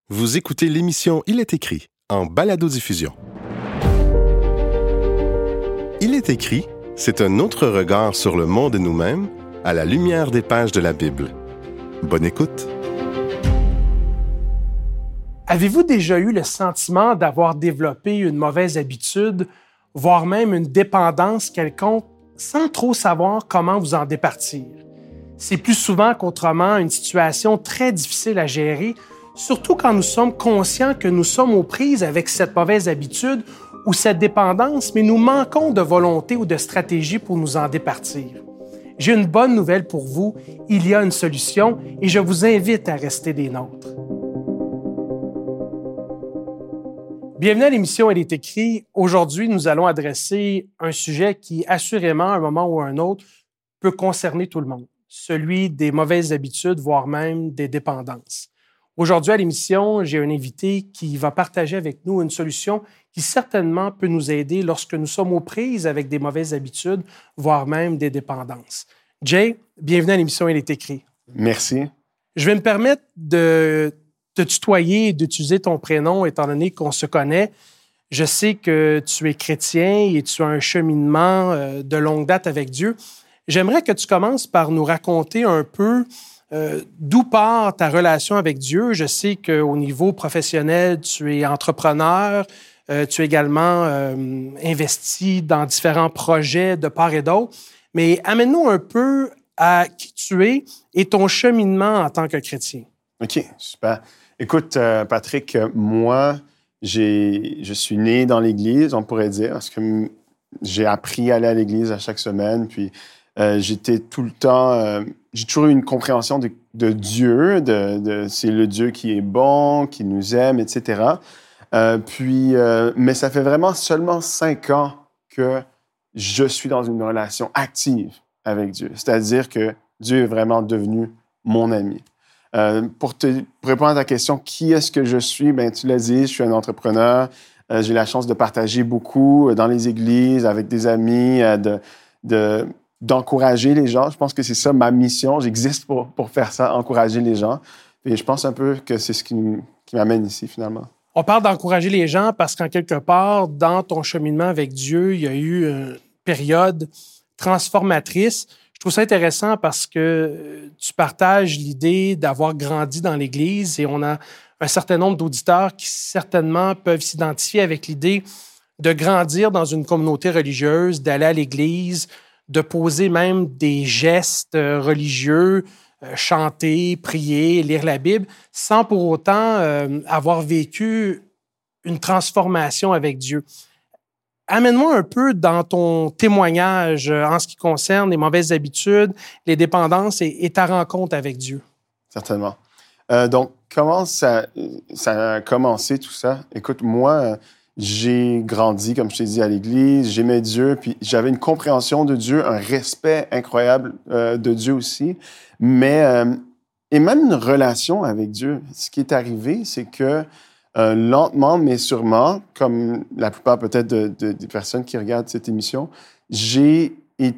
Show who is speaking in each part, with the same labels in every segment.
Speaker 1: Vous écoutez l'émission Il est écrit, en balado-diffusion. Il est écrit, c'est un autre regard sur le monde et nous-mêmes, à la lumière des pages de la Bible. Bonne écoute.
Speaker 2: Avez-vous déjà eu le sentiment d'avoir développé une mauvaise habitude, voire même une dépendance quelconque, sans trop savoir comment vous en départir? C'est plus souvent qu'autrement une situation très difficile à gérer, surtout quand nous sommes conscients que nous sommes aux prises avec cette mauvaise habitude ou cette dépendance, mais nous manquons de volonté ou de stratégie pour nous en départir. J'ai une bonne nouvelle pour vous, il y a une solution et je vous invite à rester des nôtres. Bienvenue à l'émission Elle est écrit. Aujourd'hui, nous allons adresser un sujet qui, assurément, à un moment ou à un autre, peut concerner tout le monde, celui des mauvaises habitudes, voire même des dépendances. Aujourd'hui, à l'émission, j'ai un invité qui va partager avec nous une solution qui certainement peut nous aider lorsque nous sommes aux prises avec des mauvaises habitudes, voire même des dépendances. Jay, bienvenue à l'émission Elle est écrit.
Speaker 3: Merci.
Speaker 2: Je vais me permettre de te tutoyer et d'utiliser ton prénom étant donné qu'on se connaît. Je sais que tu es chrétien et tu as un cheminement de longue date avec Dieu. J'aimerais que tu commences par nous raconter un peu d'où part ta relation avec Dieu. Je sais qu'au niveau professionnel, tu es entrepreneur, tu es également investi dans différents projets de part et d'autre, mais amène-nous un peu à qui tu es et ton cheminement en tant que chrétien.
Speaker 3: OK, super. Écoute, Patrick, moi, je suis né dans l'Église, on pourrait dire, parce que j'ai appris à aller à l'Église à chaque semaine, puis j'étais tout le temps... j'ai toujours eu une compréhension de Dieu, c'est le Dieu qui est bon, qui nous aime, etc. Mais ça fait vraiment seulement 5 ans que je suis dans une relation active avec Dieu. C'est-à-dire que Dieu est vraiment devenu mon ami. Pour répondre à ta question, qui est-ce que je suis? Ben, tu l'as dit, je suis un entrepreneur. J'ai la chance de partager beaucoup dans les églises, avec des amis, d'encourager les gens. Je pense que c'est ça ma mission. J'existe pour faire ça, encourager les gens. Et je pense un peu que c'est ce qui m'amène ici, finalement.
Speaker 2: On parle d'encourager les gens parce qu'en quelque part, dans ton cheminement avec Dieu, il y a eu une période transformatrice. Je trouve ça intéressant parce que tu partages l'idée d'avoir grandi dans l'Église et on a un certain nombre d'auditeurs qui certainement peuvent s'identifier avec l'idée de grandir dans une communauté religieuse, d'aller à l'Église, de poser même des gestes religieux, chanter, prier, lire la Bible, sans pour autant avoir vécu une transformation avec Dieu. Amène-moi un peu dans ton témoignage en ce qui concerne les mauvaises habitudes, les dépendances et ta rencontre avec Dieu.
Speaker 3: Certainement. Donc, comment ça a commencé tout ça? Écoute, moi, j'ai grandi, comme je t'ai dit, à l'Église, j'aimais Dieu, puis j'avais une compréhension de Dieu, un respect incroyable de Dieu aussi, et même une relation avec Dieu. Ce qui est arrivé, c'est que lentement, mais sûrement, comme la plupart peut-être des personnes qui regardent cette émission, j'ai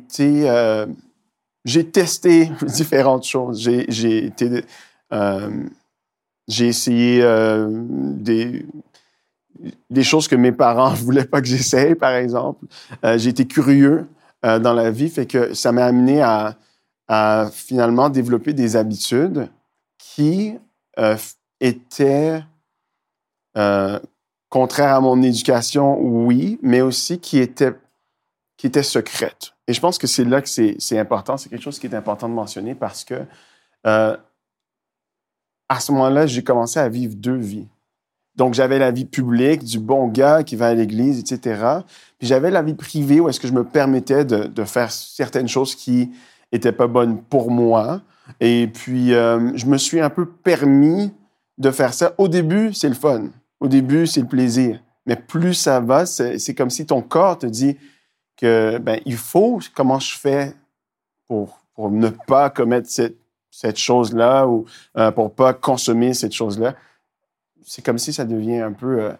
Speaker 3: testé différentes choses. J'ai essayé des choses que mes parents ne voulaient pas que j'essaye, par exemple. J'ai été curieux dans la vie, fait que ça m'a amené à finalement développer des habitudes qui étaient contraires à mon éducation, oui, mais aussi qui étaient secrètes. Et je pense que c'est là que c'est important. C'est quelque chose qui est important de mentionner parce que à ce moment-là, j'ai commencé à vivre 2 vies. Donc, j'avais la vie publique du bon gars qui va à l'église, etc. Puis j'avais la vie privée où est-ce que je me permettais de faire certaines choses qui n'étaient pas bonnes pour moi. Et puis, je me suis un peu permis de faire ça. Au début, c'est le fun. Au début, c'est le plaisir. Mais plus ça va, c'est comme si ton corps te dit que il faut, comment je fais pour ne pas commettre cette chose-là ou pour ne pas consommer cette chose-là. C'est comme si ça devient un peu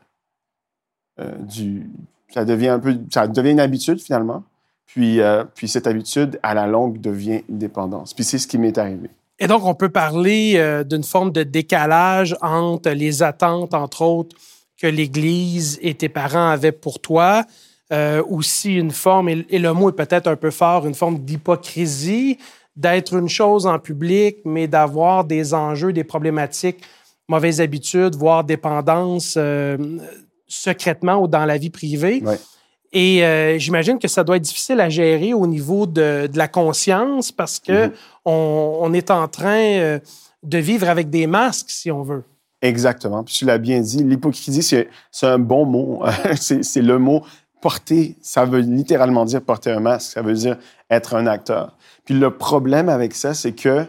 Speaker 3: ça devient une habitude finalement. Puis cette habitude, à la longue, devient une dépendance. Puis c'est ce qui m'est arrivé.
Speaker 2: Et donc, on peut parler d'une forme de décalage entre les attentes, entre autres, que l'Église et tes parents avaient pour toi, aussi une forme, et le mot est peut-être un peu fort, une forme d'hypocrisie, d'être une chose en public, mais d'avoir des enjeux, des problématiques, mauvaises habitudes, voire dépendance secrètement ou dans la vie privée.
Speaker 3: Ouais.
Speaker 2: Et j'imagine que ça doit être difficile à gérer au niveau de la conscience parce que on est en train de vivre avec des masques, si on veut.
Speaker 3: Exactement. Puis tu l'as bien dit, l'hypocrisie, c'est un bon mot. c'est le mot porter. Ça veut littéralement dire porter un masque. Ça veut dire être un acteur. Puis le problème avec ça, c'est que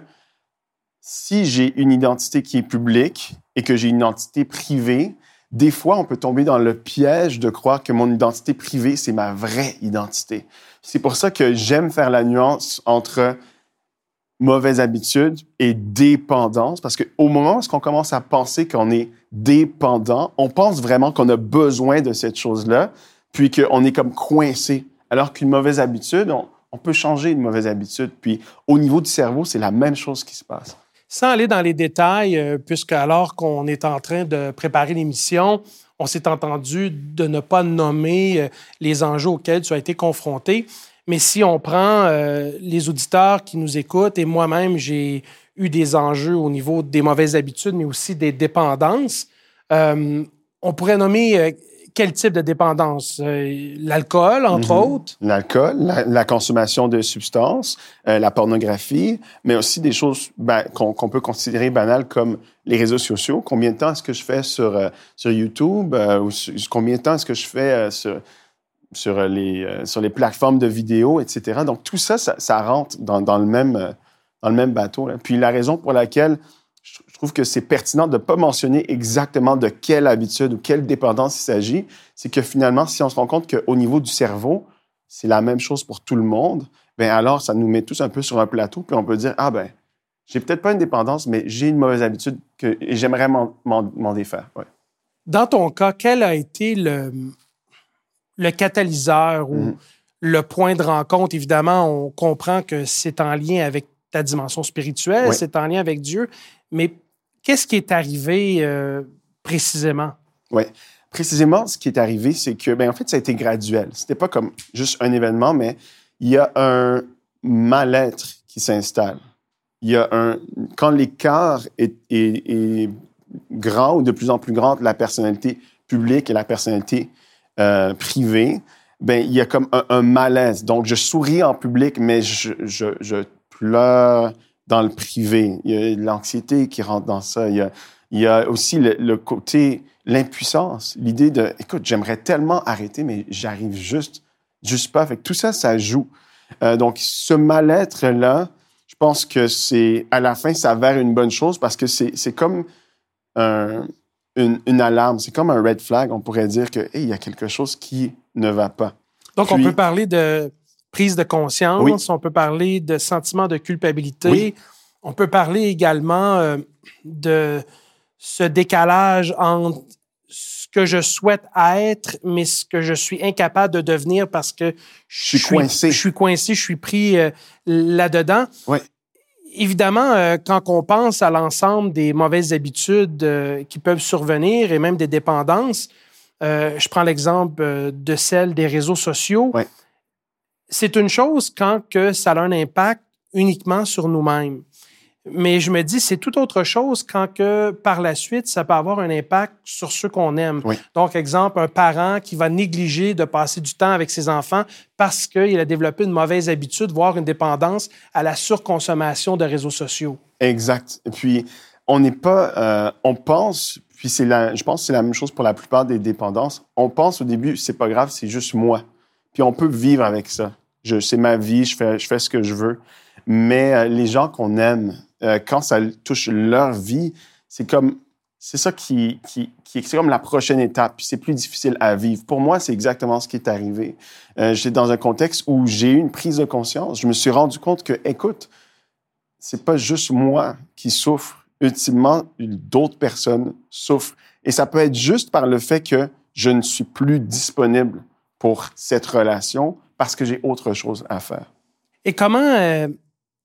Speaker 3: si j'ai une identité qui est publique et que j'ai une identité privée, des fois, on peut tomber dans le piège de croire que mon identité privée, c'est ma vraie identité. C'est pour ça que j'aime faire la nuance entre mauvaise habitude et dépendance, parce qu'au moment où on commence à penser qu'on est dépendant, on pense vraiment qu'on a besoin de cette chose-là, puis qu'on est comme coincé. Alors qu'une mauvaise habitude, on peut changer une mauvaise habitude. Puis au niveau du cerveau, c'est la même chose qui se passe.
Speaker 2: Sans aller dans les détails, puisque alors qu'on est en train de préparer l'émission, on s'est entendu de ne pas nommer les enjeux auxquels tu as été confronté. Mais si on prend les auditeurs qui nous écoutent, et moi-même, j'ai eu des enjeux au niveau des mauvaises habitudes, mais aussi des dépendances, on pourrait nommer quel type de dépendance? L'alcool, entre autres?
Speaker 3: L'alcool, la consommation de substances, la pornographie, mais aussi des choses qu'on peut considérer banales comme les réseaux sociaux. Combien de temps est-ce que je fais sur YouTube? Ou combien de temps est-ce que je fais sur les plateformes de vidéos, etc. Donc, tout ça, ça rentre dans le même bateau. Là. Puis la raison pour laquelle je trouve que c'est pertinent de ne pas mentionner exactement de quelle habitude ou quelle dépendance il s'agit, c'est que finalement, si on se rend compte qu'au niveau du cerveau, c'est la même chose pour tout le monde, bien alors, ça nous met tous un peu sur un plateau, puis on peut dire, j'ai peut-être pas une dépendance, mais j'ai une mauvaise habitude et j'aimerais m'en défaire. Ouais.
Speaker 2: Dans ton cas, quel a été le catalyseur ou le point de rencontre? Évidemment, on comprend que c'est en lien avec ta dimension spirituelle, c'est en lien avec Dieu, mais qu'est-ce qui est arrivé précisément?
Speaker 3: Oui. Précisément, ce qui est arrivé, c'est que, en fait, ça a été graduel. C'était pas comme juste un événement, mais il y a un mal-être qui s'installe. Quand l'écart est grand ou de plus en plus grand entre la personnalité publique et la personnalité privée, il y a comme un malaise. Donc, je souris en public, mais je pleure dans le privé. Il y a de l'anxiété qui rentre dans ça. Il y a aussi le côté, l'impuissance. L'idée de, écoute, j'aimerais tellement arrêter, mais j'arrive juste pas. Fait que tout ça, ça joue. Donc, ce mal-être-là, je pense que à la fin, ça s'avère une bonne chose parce que c'est comme une alarme. C'est comme un red flag. On pourrait dire que, il y a quelque chose qui ne va pas.
Speaker 2: Donc, on peut parler de prise de conscience, on peut parler de sentiment de culpabilité, on peut parler également de ce décalage entre ce que je souhaite être, mais ce que je suis incapable de devenir parce que je suis coincé, je suis pris là-dedans.
Speaker 3: Oui.
Speaker 2: Évidemment, quand on pense à l'ensemble des mauvaises habitudes qui peuvent survenir et même des dépendances, je prends l'exemple de celle des réseaux sociaux.
Speaker 3: Oui.
Speaker 2: C'est une chose quand que ça a un impact uniquement sur nous-mêmes. Mais je me dis, c'est tout autre chose quand que, par la suite, ça peut avoir un impact sur ceux qu'on aime.
Speaker 3: Oui.
Speaker 2: Donc, exemple, un parent qui va négliger de passer du temps avec ses enfants parce qu'il a développé une mauvaise habitude, voire une dépendance à la surconsommation de réseaux sociaux.
Speaker 3: Exact. Et puis, on n'est pas... on pense, puis je pense que c'est la même chose pour la plupart des dépendances. On pense au début, c'est pas grave, c'est juste moi. Puis on peut vivre avec ça. C'est ma vie, je fais ce que je veux. Mais les gens qu'on aime, quand ça touche leur vie, c'est ça qui c'est comme la prochaine étape. Puis c'est plus difficile à vivre. Pour moi, c'est exactement ce qui est arrivé. J'étais dans un contexte où j'ai eu une prise de conscience. Je me suis rendu compte que, écoute, c'est pas juste moi qui souffre. Ultimement, d'autres personnes souffrent. Et ça peut être juste par le fait que je ne suis plus disponible pour cette relation parce que j'ai autre chose à faire.
Speaker 2: Et comment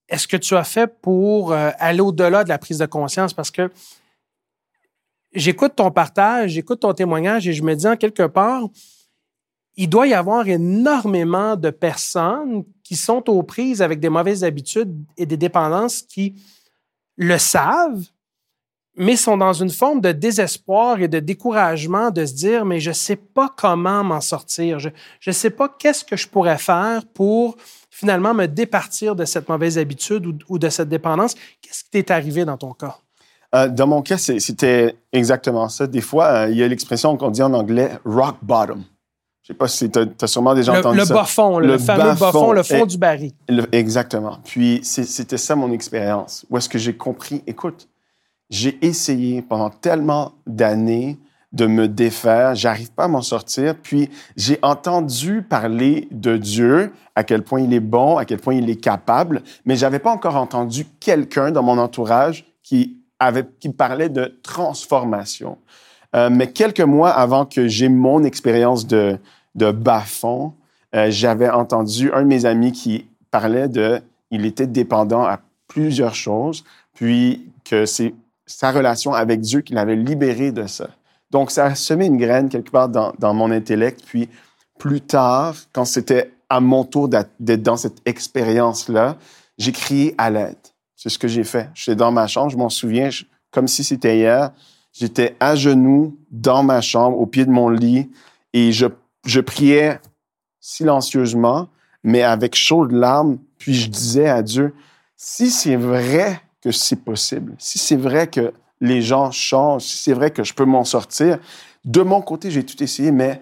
Speaker 2: est-ce que tu as fait pour aller au-delà de la prise de conscience? Parce que j'écoute ton partage, j'écoute ton témoignage et je me dis en quelque part, il doit y avoir énormément de personnes qui sont aux prises avec des mauvaises habitudes et des dépendances qui le savent, mais sont dans une forme de désespoir et de découragement de se dire « mais je ne sais pas comment m'en sortir, je ne sais pas qu'est-ce que je pourrais faire pour finalement me départir de cette mauvaise habitude ou de cette dépendance. » Qu'est-ce qui t'est arrivé dans ton cas?
Speaker 3: Dans mon cas, c'était exactement ça. Des fois, il y a l'expression qu'on dit en anglais « rock bottom ». Je ne sais pas si tu as sûrement déjà entendu ça.
Speaker 2: Le bas-fond, le fameux bas-fond, le fond du baril.
Speaker 3: Exactement. Puis, c'était ça mon expérience, où est-ce que j'ai compris, écoute, j'ai essayé pendant tellement d'années de me défaire, j'arrive pas à m'en sortir, puis j'ai entendu parler de Dieu, à quel point il est bon, à quel point il est capable, mais j'avais pas encore entendu quelqu'un dans mon entourage qui parlait de transformation. Mais quelques mois avant que j'ai mon expérience de bas-fond, j'avais entendu un de mes amis qui parlait il était dépendant à plusieurs choses, puis que c'est sa relation avec Dieu qui l'avait libéré de ça. Donc, ça a semé une graine quelque part dans mon intellect, puis plus tard, quand c'était à mon tour d'être dans cette expérience-là, j'ai crié à l'aide. C'est ce que j'ai fait. J'étais dans ma chambre, je m'en souviens, comme si c'était hier. J'étais à genoux dans ma chambre, au pied de mon lit, et je priais silencieusement, mais avec chaudes larmes, puis je disais à Dieu, si c'est vrai que c'est possible, si c'est vrai que les gens changent, si c'est vrai que je peux m'en sortir, de mon côté, j'ai tout essayé, mais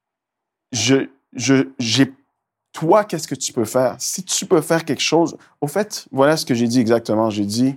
Speaker 3: toi, qu'est-ce que tu peux faire? Si tu peux faire quelque chose, au fait, voilà ce que j'ai dit exactement. J'ai dit,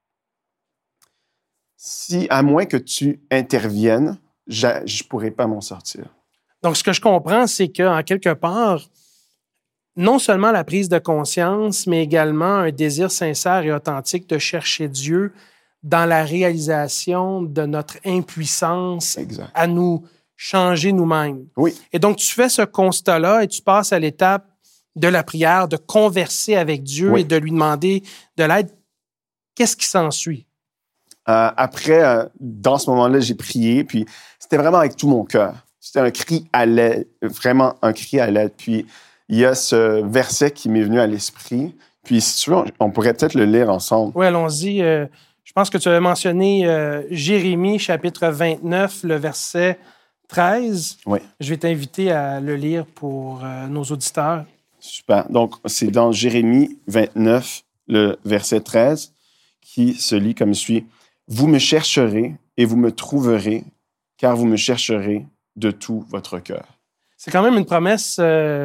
Speaker 3: à moins que tu interviennes, je ne pourrai pas m'en sortir.
Speaker 2: Donc, ce que je comprends, c'est qu'en quelque part, non seulement la prise de conscience, mais également un désir sincère et authentique de chercher Dieu dans la réalisation de notre impuissance à nous changer nous-mêmes.
Speaker 3: Oui.
Speaker 2: Et donc, tu fais ce constat-là et tu passes à l'étape de la prière, de converser avec Dieu et de lui demander de l'aide. Qu'est-ce qui s'ensuit?
Speaker 3: Après, dans ce moment-là, j'ai prié, puis c'était vraiment avec tout mon cœur. C'était un cri à l'aide, vraiment un cri à l'aide. Puis il y a ce verset qui m'est venu à l'esprit. Puis si tu veux, on pourrait peut-être le lire ensemble.
Speaker 2: Oui, allons-y. Je pense que tu avais mentionné Jérémie, chapitre 29, le verset 13.
Speaker 3: Oui.
Speaker 2: Je vais t'inviter à le lire pour nos auditeurs.
Speaker 3: Super. Donc, c'est dans Jérémie 29, le verset 13, qui se lit comme suit. « Vous me chercherez et vous me trouverez, car vous me chercherez de tout votre cœur. »
Speaker 2: C'est quand même une promesse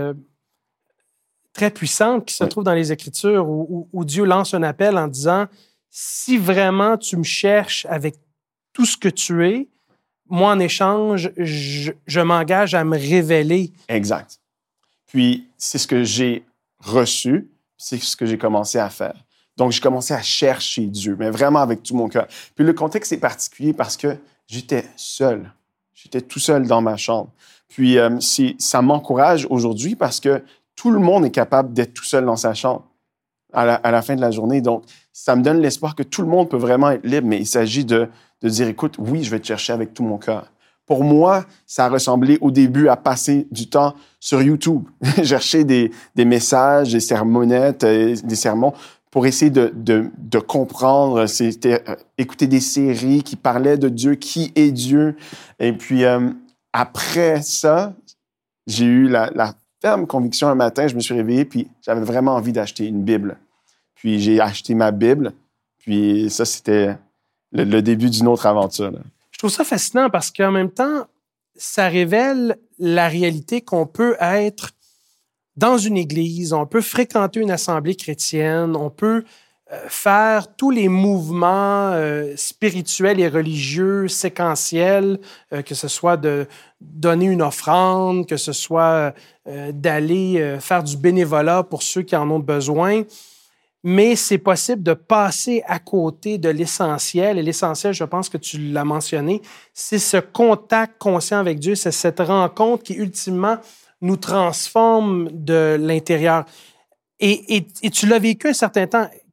Speaker 2: très puissante qui se trouve dans les Écritures où Dieu lance un appel en disant « Si vraiment tu me cherches avec tout ce que tu es, moi, en échange, je m'engage à me révéler. »
Speaker 3: Exact. Puis, c'est ce que j'ai reçu, c'est ce que j'ai commencé à faire. Donc, j'ai commencé à chercher Dieu, mais vraiment avec tout mon cœur. Puis, le contexte est particulier parce que j'étais seul. J'étais tout seul dans ma chambre. Puis, ça m'encourage aujourd'hui parce que tout le monde est capable d'être tout seul dans sa chambre à la fin de la journée. Donc, ça me donne l'espoir que tout le monde peut vraiment être libre, mais il s'agit de dire, écoute, oui, je vais te chercher avec tout mon cœur. Pour moi, ça a ressemblé au début à passer du temps sur YouTube, chercher des messages, des sermonettes, des sermons pour essayer de comprendre. C'était écouter des séries qui parlaient de Dieu, qui est Dieu. Et puis, après ça, j'ai eu la ferme conviction un matin, je me suis réveillé, puis j'avais vraiment envie d'acheter une Bible. Puis j'ai acheté ma Bible, puis ça, c'était le début d'une autre aventure, là.
Speaker 2: Je trouve ça fascinant parce qu'en même temps, ça révèle la réalité qu'on peut être dans une église, on peut fréquenter une assemblée chrétienne, on peut faire tous les mouvements spirituels et religieux séquentiels, que ce soit de donner une offrande, que ce soit d'aller faire du bénévolat pour ceux qui en ont besoin. Mais c'est possible de passer à côté de l'essentiel. Et l'essentiel, je pense que tu l'as mentionné, c'est ce contact conscient avec Dieu, c'est cette rencontre qui, ultimement, nous transforme de l'intérieur. Et tu l'as vécu un certain temps.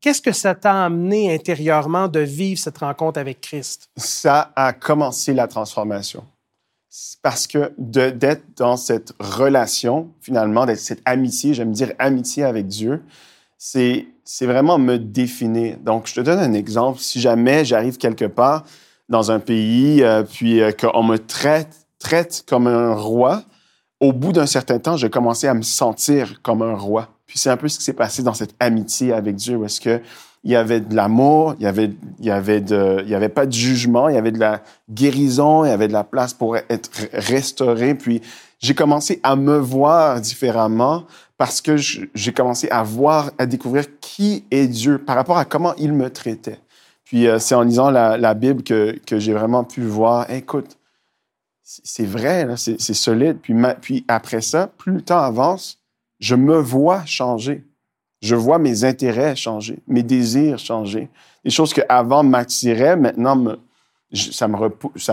Speaker 2: qu'est-ce que ça t'a amené intérieurement de vivre cette rencontre avec Christ?
Speaker 3: Ça a commencé la transformation. Parce que d'être dans cette relation, finalement, d'être cette amitié, j'aime dire amitié avec Dieu, c'est vraiment me définir. Donc, je te donne un exemple. Si jamais j'arrive quelque part dans un pays, puis qu'on me traite comme un roi, au bout d'un certain temps, j'ai commencé à me sentir comme un roi. Puis c'est un peu ce qui s'est passé dans cette amitié avec Dieu, où est-ce que il y avait de l'amour, il y avait pas de jugement, il y avait de la guérison, il y avait de la place pour être restauré. Puis j'ai commencé à me voir différemment parce que j'ai commencé à découvrir qui est Dieu par rapport à comment il me traitait. Puis c'est en lisant la Bible que j'ai vraiment pu voir, écoute, c'est vrai, là, c'est solide. Puis après ça, plus le temps avance, je me vois changer. Je vois mes intérêts changer, mes désirs changer. Des choses qu'avant m'attiraient, maintenant, ça me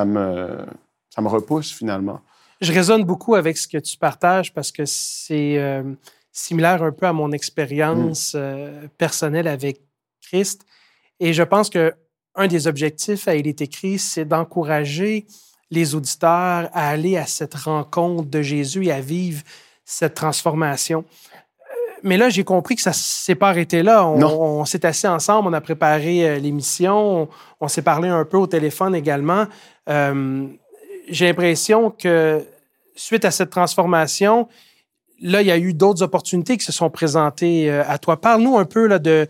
Speaker 3: repousse finalement.
Speaker 2: Je résonne beaucoup avec ce que tu partages parce que c'est similaire un peu à mon expérience personnelle avec Christ. Et je pense qu'un des objectifs à Il est écrit, c'est d'encourager les auditeurs à aller à cette rencontre de Jésus et à vivre cette transformation. Mais là, j'ai compris que ça ne s'est pas arrêté là. On s'est assis ensemble, on a préparé l'émission, on s'est parlé un peu au téléphone également. J'ai l'impression que suite à cette transformation, là, il y a eu d'autres opportunités qui se sont présentées à toi. Parle-nous un peu là, de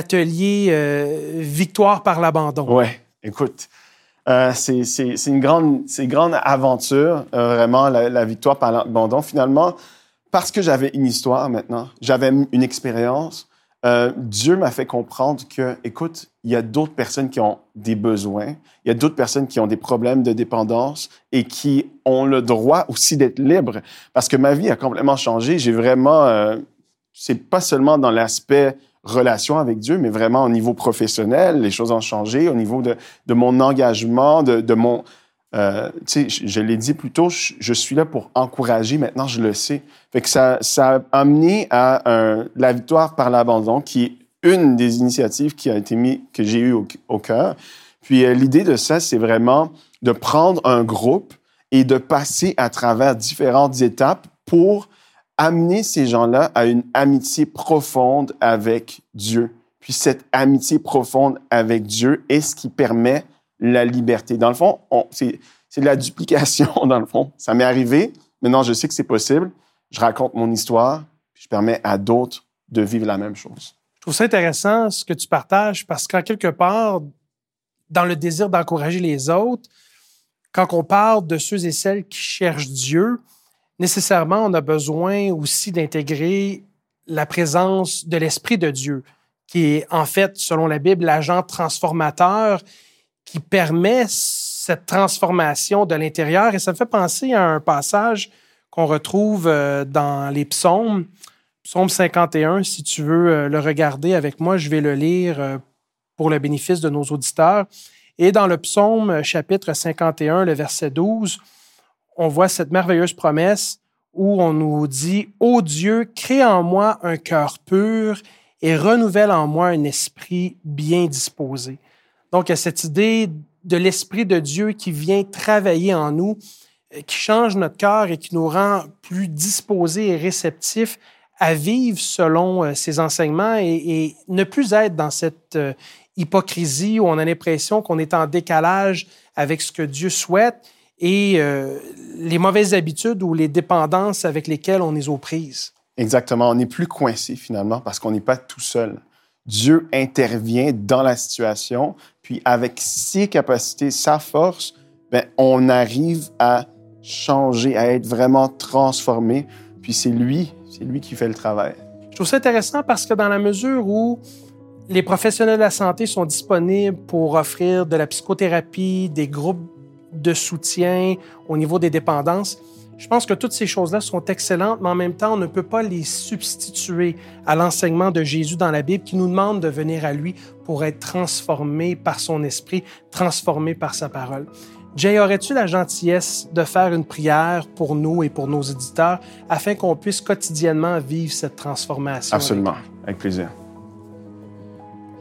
Speaker 2: l'atelier Victoire par l'abandon.
Speaker 3: Oui, écoute, c'est une grande aventure, vraiment, la victoire par l'abandon. Finalement, parce que j'avais une histoire maintenant, j'avais une expérience, Dieu m'a fait comprendre que, écoute, il y a d'autres personnes qui ont des besoins, il y a d'autres personnes qui ont des problèmes de dépendance et qui ont le droit aussi d'être libres. Parce que ma vie a complètement changé. J'ai vraiment, c'est pas seulement dans l'aspect relation avec Dieu, mais vraiment au niveau professionnel, les choses ont changé, au niveau de mon engagement, de mon... tu sais, je l'ai dit plus tôt, je suis là pour encourager, maintenant je le sais. Fait que ça a amené à la victoire par l'abandon, qui est une des initiatives qui a été que j'ai eu au cœur. Puis l'idée de ça, c'est vraiment de prendre un groupe et de passer à travers différentes étapes pour amener ces gens-là à une amitié profonde avec Dieu. Puis cette amitié profonde avec Dieu est ce qui permet la liberté. Dans le fond, c'est de la duplication, dans le fond. Ça m'est arrivé. Maintenant, je sais que c'est possible. Je raconte mon histoire. Puis je permets à d'autres de vivre la même chose.
Speaker 2: Je trouve ça intéressant, ce que tu partages, parce qu'en quelque part, dans le désir d'encourager les autres, quand on parle de ceux et celles qui cherchent Dieu, nécessairement, on a besoin aussi d'intégrer la présence de l'Esprit de Dieu, qui est, en fait, selon la Bible, l'agent transformateur qui permet cette transformation de l'intérieur. Et ça me fait penser à un passage qu'on retrouve dans les psaumes, psaume 51, si tu veux le regarder avec moi, je vais le lire pour le bénéfice de nos auditeurs. Et dans le psaume chapitre 51, le verset 12, on voit cette merveilleuse promesse où on nous dit « Ô Dieu, crée en moi un cœur pur et renouvelle en moi un esprit bien disposé. » Donc, il y a cette idée de l'Esprit de Dieu qui vient travailler en nous, qui change notre cœur et qui nous rend plus disposés et réceptifs à vivre selon ses enseignements et ne plus être dans cette hypocrisie où on a l'impression qu'on est en décalage avec ce que Dieu souhaite et les mauvaises habitudes ou les dépendances avec lesquelles on est aux prises.
Speaker 3: Exactement. On n'est plus coincé finalement parce qu'on n'est pas tout seul. Dieu intervient dans la situation, puis avec ses capacités, sa force, ben, on arrive à changer, à être vraiment transformé. Puis c'est lui qui fait le travail.
Speaker 2: Je trouve ça intéressant parce que dans la mesure où les professionnels de la santé sont disponibles pour offrir de la psychothérapie, des groupes de soutien au niveau des dépendances, je pense que toutes ces choses-là sont excellentes, mais en même temps, on ne peut pas les substituer à l'enseignement de Jésus dans la Bible qui nous demande de venir à lui pour être transformé par son esprit, transformé par sa parole. Jay, aurais-tu la gentillesse de faire une prière pour nous et pour nos éditeurs afin qu'on puisse quotidiennement vivre cette transformation?
Speaker 3: Absolument, avec plaisir.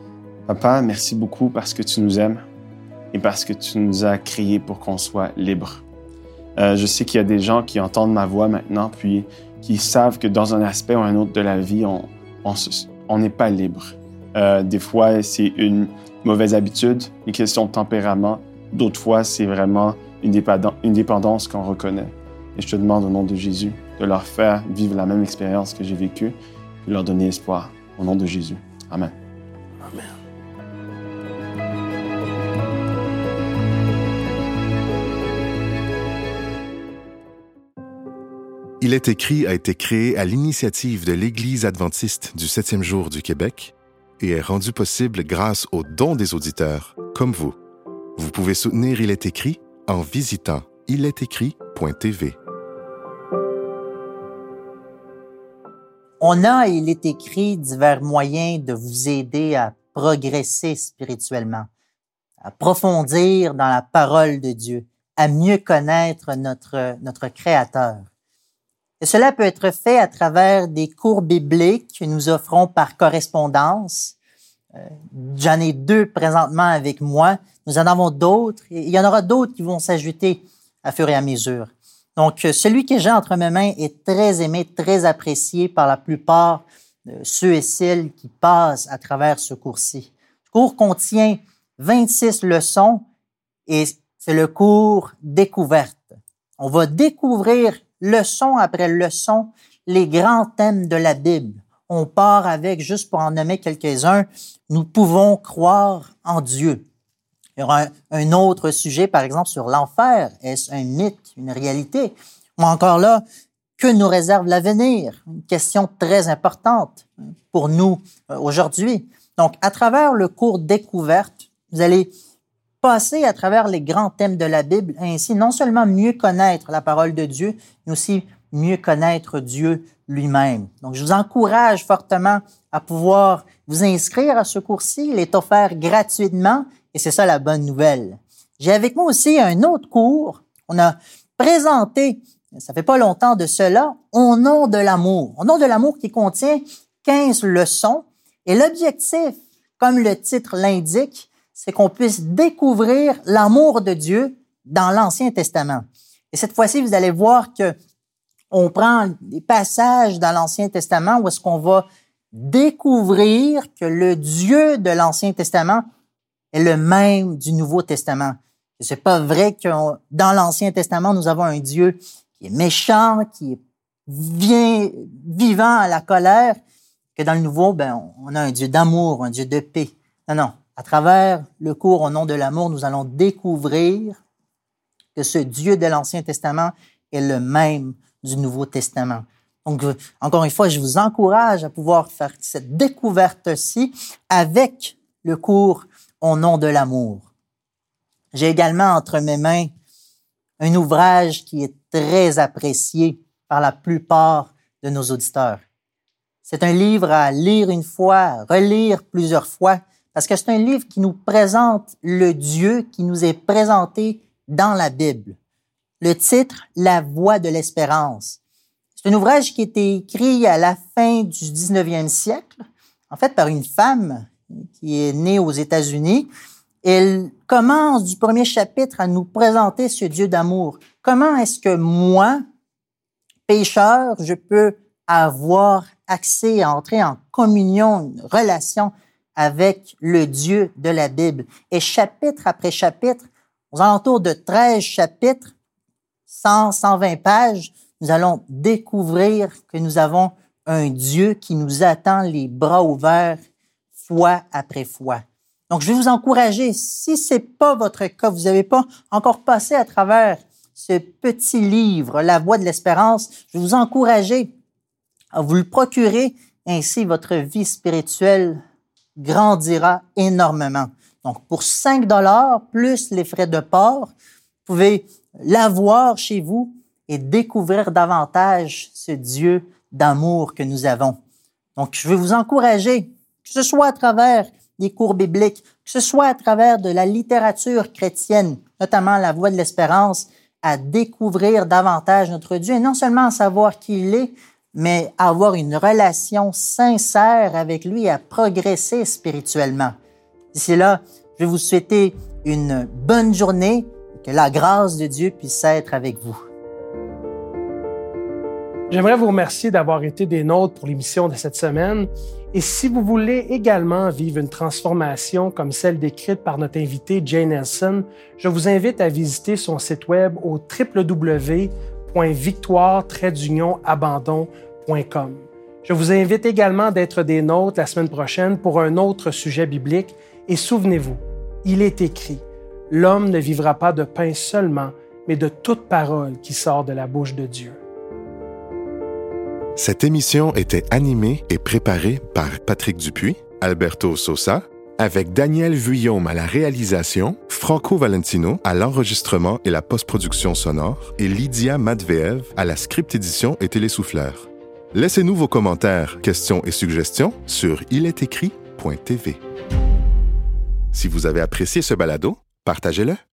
Speaker 3: Papa, merci beaucoup parce que tu nous aimes et parce que tu nous as créés pour qu'on soit libres. Je sais qu'il y a des gens qui entendent ma voix maintenant, puis qui savent que dans un aspect ou un autre de la vie, on n'est pas libre. Des fois, c'est une mauvaise habitude, une question de tempérament. D'autres fois, c'est vraiment une dépendance qu'on reconnaît. Et je te demande au nom de Jésus de leur faire vivre la même expérience que j'ai vécue et leur donner espoir. Au nom de Jésus. Amen.
Speaker 2: Amen.
Speaker 1: Il est écrit a été créé à l'initiative de l'Église adventiste du 7e jour du Québec et est rendu possible grâce aux dons des auditeurs, comme vous. Vous pouvez soutenir Il est écrit en visitant ilestécrit.tv.
Speaker 4: On a, il est écrit, divers moyens de vous aider à progresser spirituellement, à approfondir dans la parole de Dieu, à mieux connaître notre Créateur. Et cela peut être fait à travers des cours bibliques que nous offrons par correspondance. J'en ai 2 présentement avec moi. Nous en avons d'autres et il y en aura d'autres qui vont s'ajouter à fur et à mesure. Donc, celui que j'ai entre mes mains est très aimé, très apprécié par la plupart de ceux et celles qui passent à travers ce cours-ci. Le cours contient 26 leçons et c'est le cours découverte. On va découvrir leçon après leçon les grands thèmes de la Bible. On part avec, juste pour en nommer quelques-uns, nous pouvons croire en Dieu. Il y aura un autre sujet, par exemple, sur l'enfer. Est-ce un mythe, une réalité? Ou encore là, que nous réserve l'avenir? Une question très importante pour nous aujourd'hui. Donc, à travers le cours découverte, vous allez passer à travers les grands thèmes de la Bible, ainsi non seulement mieux connaître la parole de Dieu, mais aussi mieux connaître Dieu lui-même. Donc, je vous encourage fortement à pouvoir vous inscrire à ce cours-ci. Il est offert gratuitement et c'est ça la bonne nouvelle. J'ai avec moi aussi un autre cours. On a présenté, ça fait pas longtemps de cela, Au nom de l'amour. Au nom de l'amour qui contient 15 leçons. Et l'objectif, comme le titre l'indique, c'est qu'on puisse découvrir l'amour de Dieu dans l'Ancien Testament. Et cette fois-ci, vous allez voir que on prend des passages dans l'Ancien Testament où est-ce qu'on va découvrir que le Dieu de l'Ancien Testament est le même du Nouveau Testament. C'est pas vrai que dans l'Ancien Testament, nous avons un Dieu qui est méchant, qui est vivant à la colère, que dans le Nouveau, on a un Dieu d'amour, un Dieu de paix. Non. À travers le cours Au nom de l'amour, nous allons découvrir que ce Dieu de l'Ancien Testament est le même du Nouveau Testament. Donc, encore une fois, je vous encourage à pouvoir faire cette découverte-ci avec le cours Au nom de l'amour. J'ai également entre mes mains un ouvrage qui est très apprécié par la plupart de nos auditeurs. C'est un livre à lire une fois, à relire plusieurs fois, parce que c'est un livre qui nous présente le Dieu qui nous est présenté dans la Bible. Le titre, La Voix de l'espérance. C'est un ouvrage qui a été écrit à la fin du 19e siècle, en fait par une femme qui est née aux États-Unis. Elle commence du premier chapitre à nous présenter ce Dieu d'amour. Comment est-ce que moi, pécheur, je peux avoir accès à entrer en communion, une relation avec le Dieu de la Bible? Et chapitre après chapitre, aux alentours de 13 chapitres, 120 pages, nous allons découvrir que nous avons un Dieu qui nous attend les bras ouverts fois après fois. Donc, je vais vous encourager, si c'est pas votre cas, vous n'avez pas encore passé à travers ce petit livre, La Voix de l'espérance, je vais vous encourager à vous le procurer, ainsi votre vie spirituelle grandira énormément. Donc, pour 5 $ plus les frais de port, vous pouvez l'avoir chez vous et découvrir davantage ce Dieu d'amour que nous avons. Donc, je vais vous encourager, que ce soit à travers des cours bibliques, que ce soit à travers de la littérature chrétienne, notamment La Voix de l'espérance, à découvrir davantage notre Dieu et non seulement à savoir qui il est, mais à avoir une relation sincère avec lui et à progresser spirituellement. D'ici là, je vais vous souhaiter une bonne journée et que la grâce de Dieu puisse être avec vous.
Speaker 2: J'aimerais vous remercier d'avoir été des nôtres pour l'émission de cette semaine. Et si vous voulez également vivre une transformation comme celle décrite par notre invitée Jay Nelson, je vous invite à visiter son site web au www.victoire-abandon.com. Je vous invite également d'être des nôtres la semaine prochaine pour un autre sujet biblique. Et souvenez-vous, il est écrit, « L'homme ne vivra pas de pain seulement, mais de toute parole qui sort de la bouche de Dieu. »
Speaker 1: Cette émission était animée et préparée par Patrick Dupuis, Alberto Sosa, avec Daniel Vuillaume à la réalisation, Franco Valentino à l'enregistrement et la post-production sonore et Lydia Matveev à la script édition et télésouffleur. Laissez-nous vos commentaires, questions et suggestions sur ilétécrit.tv. Si vous avez apprécié ce balado, partagez-le.